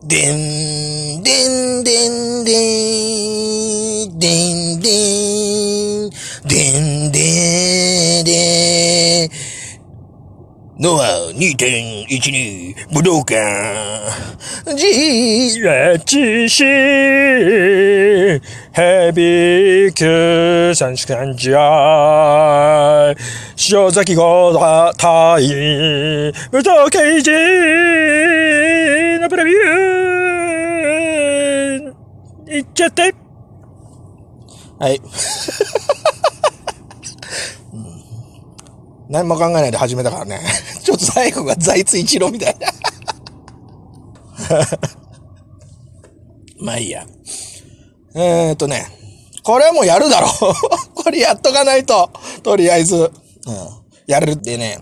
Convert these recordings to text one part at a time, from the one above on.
でん、でん、でん、でん、でん、でん、でん、でん、ノア 2.12 武道館自立し響く三種感じゃ塩崎号対武道刑事のプレビューいっちゃってはい何も考えないで始めたからね。ちょっと最後が財津一郎みたいな。まあいいや。これはもうやるだろう。これやっとかないと。とりあえず。やるってね。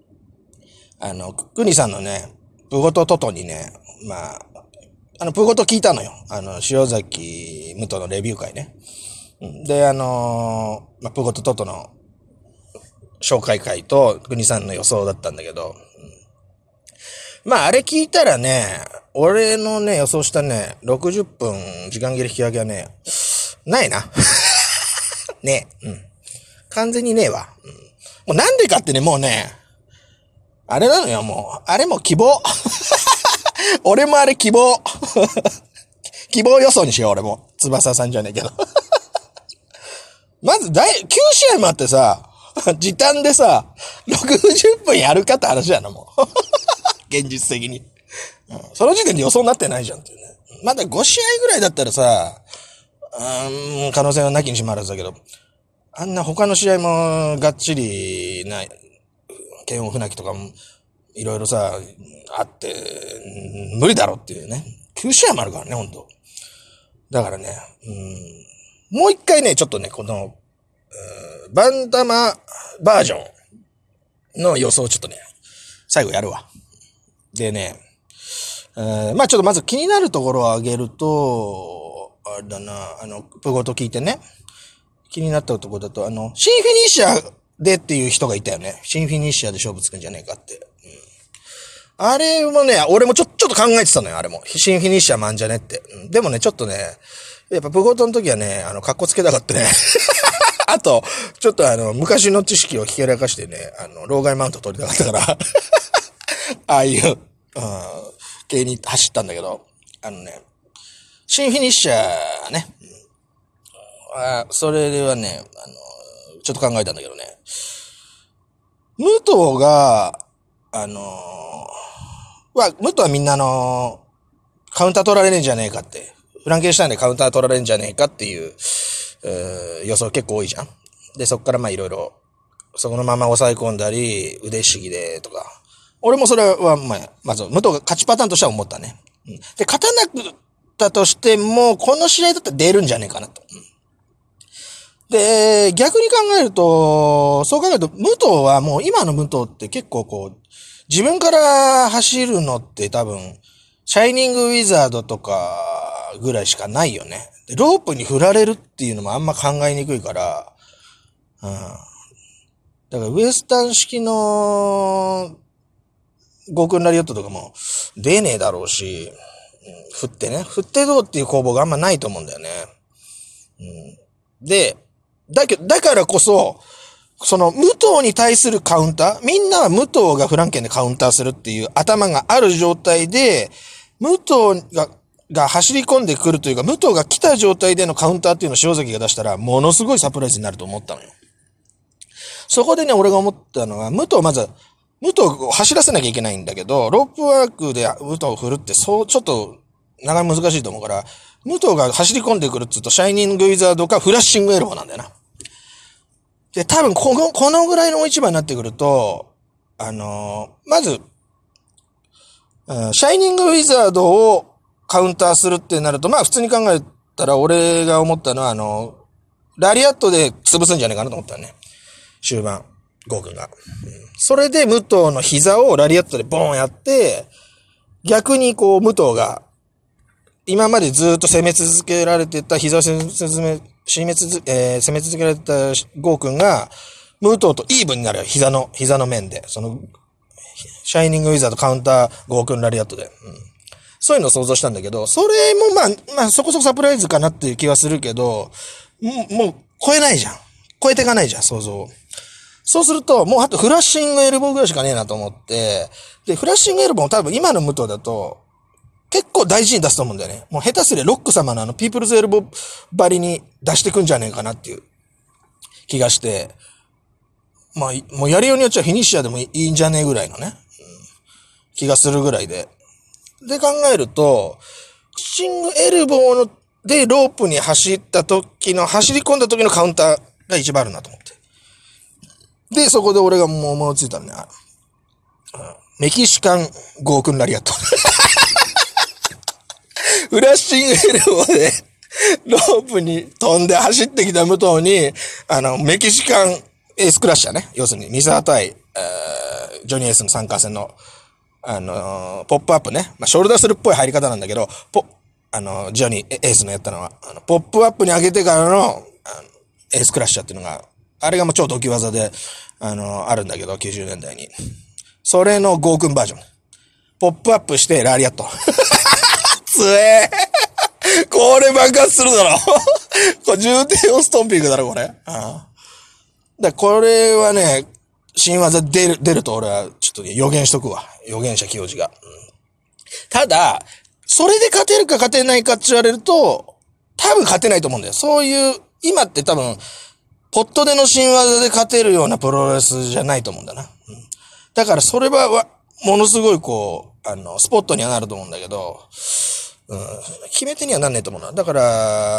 くにさんのね、プゴトトトにね、まあ、プゴト聞いたのよ。塩崎武藤のレビュー会ね。で、プゴトトトの紹介会と国さんの予想だったんだけど、まああれ聞いたらね、俺のね予想したね60分時間切れ引き分けはねないなね完全にねえわ、もうなんでかってねもうねあれなのよもうあれも希望俺もあれ希望希望予想にしよう俺も翼さんじゃねえけどまず9試合もあってさ時短でさ、60分やるかって話やな、もう。現実的に、その時点で予想になってないじゃんっていうね。まだ5試合ぐらいだったらさ、可能性はなきにしもあらずだけど、あんな他の試合もがっちりな、剣王船木とかもいろいろさ、あって、無理だろっていうね。9試合もあるからね、ほんと。だからね、もう一回ね、ちょっとね、この、バンタマバージョンの予想をちょっとね、最後やるわ。でね、まあちょっとまず気になるところを挙げると、あれだな、プゴト聞いてね、気になったところだと、シンフィニッシャーでっていう人がいたよね。シンフィニッシャーで勝負つくんじゃねえかって。あれもね、俺もちょっと考えてたのよ、あれも。シンフィニッシャーマンじゃねって。でもね、ちょっとね、やっぱプゴトの時はね、カッコつけたかったね。あと、ちょっと昔の知識をひけらかしてね、老害マウント取りたかったから、ああいう、系に走ったんだけど、シンフィニッシャーね、それではね、ちょっと考えたんだけどね、武藤が、武藤はみんなカウンター取られねえんじゃねえかって、フランケンシュタインでカウンター取られんじゃねえかっていう、予想結構多いじゃん。で、そっからまあいろいろ、そこのまま抑え込んだり、腕ひしぎでとか。俺もそれはまず、武藤が勝ちパターンとしては思ったね。で、勝たなくったとしても、この試合だったら出るんじゃねえかなと。で、逆に考えると、そう考えると、武藤はもう今の武藤って結構こう、自分から走るのって多分、シャイニングウィザードとかぐらいしかないよね。でロープに振られるっていうのもあんま考えにくいから、だからウエスタン式のゴークンラリオットとかも出ねえだろうし、振ってどうっていう攻防があんまないと思うんだよね。で、だからこそ、その武藤に対するカウンター、みんなは武藤がフランケンでカウンターするっていう頭がある状態で、武藤が走り込んでくるというか、武藤が来た状態でのカウンターっていうのを塩崎が出したら、ものすごいサプライズになると思ったのよ。そこでね、俺が思ったのは、武藤を走らせなきゃいけないんだけど、ロープワークで武藤を振るって、ちょっと、なかなか難しいと思うから、武藤が走り込んでくるって言うと、シャイニングウィザードかフラッシングエルボーなんだよな。で、多分このぐらいの大一番になってくると、まず、シャイニングウィザードをカウンターするってなると、まあ普通に考えたら俺が思ったのは、ラリアットで潰すんじゃないかなと思ったね。終盤、ゴー君が。それで武藤の膝をラリアットでボーンやって、逆にこう武藤が、今までずっと攻め続けられてた膝を攻め続けられたゴー君が、武藤とイーブンになるよ。膝の面で。シャイニングウィザードカウンターゴー君ラリアットで。 そういうのを想像したんだけど、それもまあそこそこサプライズかなっていう気はするけど、もう超えないじゃん。超えていかないじゃん、想像を。そうすると、もうあとフラッシングエルボーぐらいしかねえなと思って、で、フラッシングエルボーも多分今の武藤だと、結構大事に出すと思うんだよね。もう下手すりゃロック様のピープルズエルボーばりに出してくんじゃねえかなっていう気がして、まあ、もうやりようによっちゃフィニッシャーでもいいんじゃねえぐらいのね、気がするぐらいで。で考えると、シングエルボーでロープに走り込んだ時のカウンターが一番あるなと思って。で、そこで俺がもう思いついたのね。メキシカンゴークンラリアット。フラッシングエルボーでロープに飛んで走ってきた武藤に、メキシカンエースクラッシャーね。要するに、ミサー対、ジョニーエースの参加戦の、ポップアップね。まあ、ショルダースルっぽい入り方なんだけど、ジョニーエースのやったのは、ポップアップに上げてからの、エースクラッシャーっていうのが、あれがもう超ドキ技で、あるんだけど、90年代に。それのゴークンバージョン。ポップアップしてラリアット。つえーこれ爆発するだろこれ重低音ストンピングだろ、これ。これはね、新技出ると俺はちょっと予言しとくわ。予言者清治が。ただ、それで勝てるか勝てないかって言われると、多分勝てないと思うんだよ。そういう、今って多分、ポットでの新技で勝てるようなプロレスじゃないと思うんだな。だからそれは、ものすごいスポットにはなると思うんだけど、決め手にはなんねえと思うな。だから、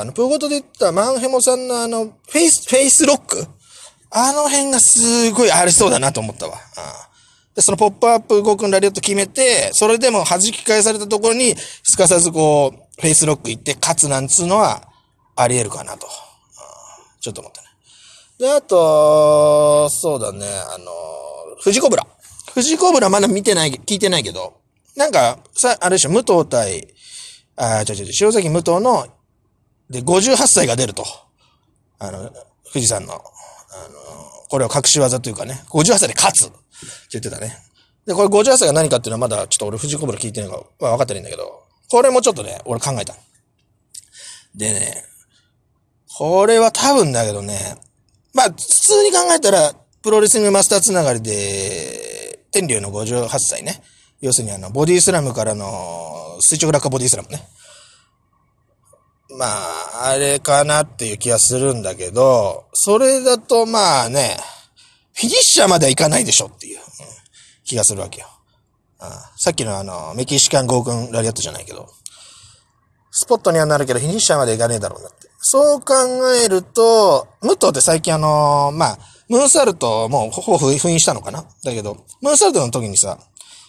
プーゴトで言ったマンヘモさんのフェイスロックあの辺がすごいありそうだなと思ったわ。で、そのポップアップゴークンラリオット決めて、それでも弾き返されたところに、すかさずフェイスロック行って勝つなんつうのは、あり得るかなと。ちょっと思ったね。で、あと、そうだね、富士コブラ。富士コブラまだ聞いてないけど、なんか、あれでしょ、武藤対、塩崎武藤の、で、58歳が出ると。富士山の、これを隠し技というかね、58歳で勝つって言ってたね。で、これ58歳が何かっていうのはまだちょっと俺富士コブラ聞いてないから分かってないんだけど、これもちょっとね、俺考えた。でね、これは多分だけどね、まあ、普通に考えたら、プロレスリングマスターつながりで、天竜の58歳ね。要するにボディスラムからの垂直落下ボディスラムね。まあ、あれかなっていう気がするんだけど、それだとまあね、フィニッシャーまではいかないでしょっていう、気がするわけよ。さっきのメキシカンゴークンラリアットじゃないけど、スポットにはなるけどフィニッシャーまでいかねえだろうなって。そう考えると、武藤って最近まあ、ムーンサルトもうほぼ封印したのかなだけど、ムーンサルトの時にさ、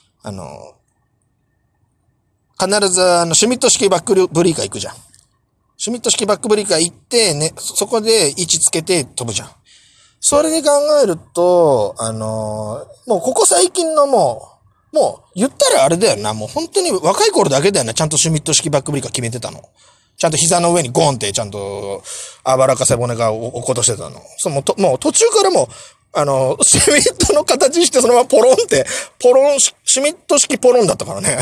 必ずシュミット式バックブリーカー行くじゃん。シュミット式バックブリーカー行って、ね、そこで位置つけて飛ぶじゃん。それで考えると、もうここ最近のもう言ったらあれだよな、もう本当に若い頃だけだよな、ちゃんとシュミット式バックブリーカー決めてたの。ちゃんと膝の上にゴンってちゃんと、あばらか背骨が落っことしてたの。もう途中からもう、シュミットの形してそのままポロン、シュミット式ポロンだったからね。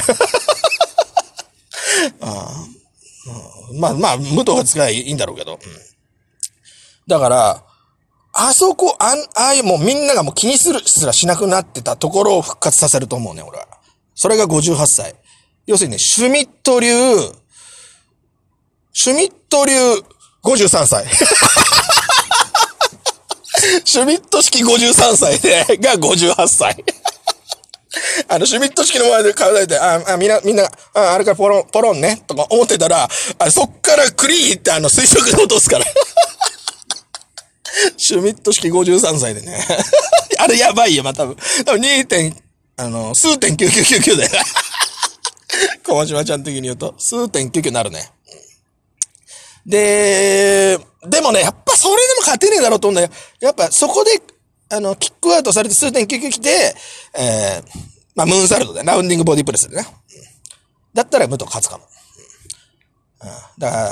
まあ、武藤が使いいいんだろうけど。だから、あそこ、ああいうもうみんながもう気にすらしなくなってたところを復活させると思うね、俺は。それが58歳。要するにね、シュミット流53歳。シュミット式53歳が58歳。シュミット式の前で考えて、みんな、あれからポロンね、とか思ってたら、そっからクリーって垂直で落とすから。シュミット式53歳でね。あれやばいよ、多分数点999だよ。小島ちゃん的に言うと、数点99になるね。でもね、やっぱそれでも勝てねえだろうと思うんだよ。やっぱそこで、キックアウトされて数点99来て、まあ、ムーンサルトで、ラウンディングボディプレスでね。だったら武藤勝つかも。だから、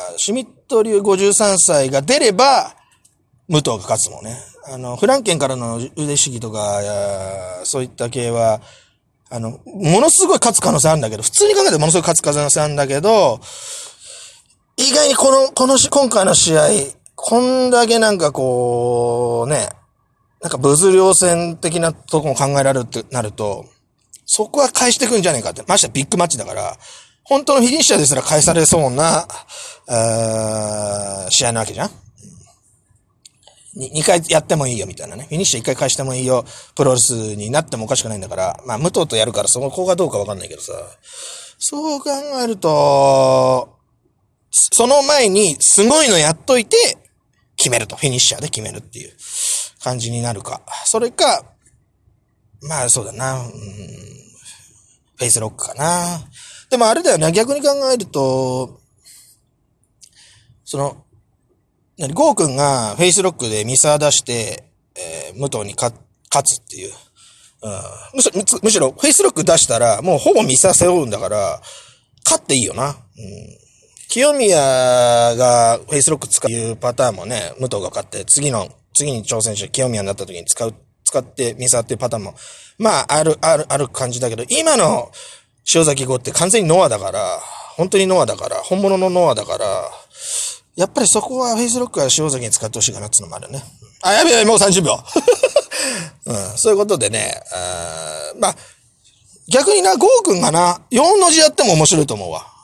シュミット流53歳が出れば、武藤が勝つもんね。フランケンからの腕試技とか、そういった系は、 ものすごい勝つ可能性あるんだけど、普通に考えてものすごい勝つ可能性あるんだけど、意外に今回の試合、こんだけなんかこう、ね、なんか物量戦的なとこも考えられるってなると、そこは返してくんじゃねえかって。ましてビッグマッチだから、本当のフィニッシャーですら返されそうな、試合なわけじゃん。2回やってもいいよみたいなね。フィニッシャー1回返してもいいよ。プロレスになってもおかしくないんだから。まあ、武藤とやるからそこがどうかわかんないけどさ。そう考えると、その前にすごいのやっといて、決めると。フィニッシャーで決めるっていう感じになるか。それか、まあそうだな。フェイスロックかな。でもあれだよね。逆に考えると、ゴー君がフェイスロックでミサー出して、武藤に勝つっていう。むしろフェイスロック出したら、もうほぼミサー背負うんだから、勝っていいよな。清宮がフェイスロック使うパターンもね、武藤が勝って、次に挑戦して清宮になった時に使ってミサーっていうパターンも、まあ、ある感じだけど、今の塩崎号って完全にノアだから、本当にノアだから、本物のノアだから、やっぱりそこはフェイスロックは塩崎に使ってほしいかなっていうのもあるね。やべえ、もう30秒。そういうことでね、まあ、逆にな、ゴー君がな、4の字やっても面白いと思うわ。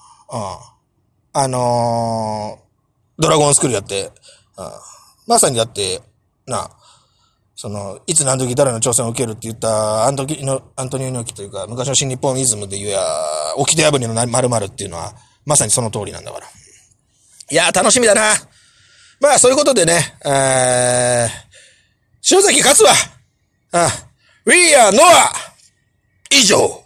ドラゴンスクールやって、まさにだって、いつ何時誰の挑戦を受けるって言ったアントニオ猪木というか、昔の新日本イズムで言えば、掟破りの〇〇っていうのは、まさにその通りなんだから。いやー、楽しみだな。まあ、そういうことでね、塩崎勝つわ。We are Noah! 以上。